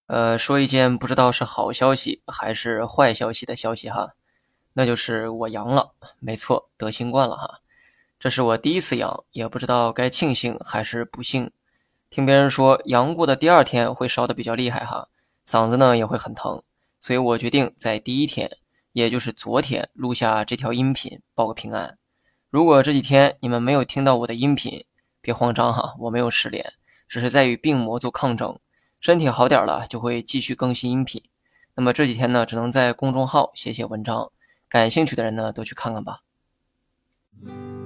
说一件不知道是好消息还是坏消息的消息哈，那就是我阳了，没错，得新冠了哈。这是我第一次阳，也不知道该庆幸还是不幸。听别人说阳过的第二天会烧得比较厉害哈，嗓子呢也会很疼，所以我决定在第一天，也就是昨天录下这条音频，报个平安。如果这几天你们没有听到我的音频，别慌张哈，我没有失联，只是在与病魔做抗争。身体好点了，就会继续更新音频。那么这几天呢，只能在公众号写写文章，感兴趣的人呢，都去看看吧。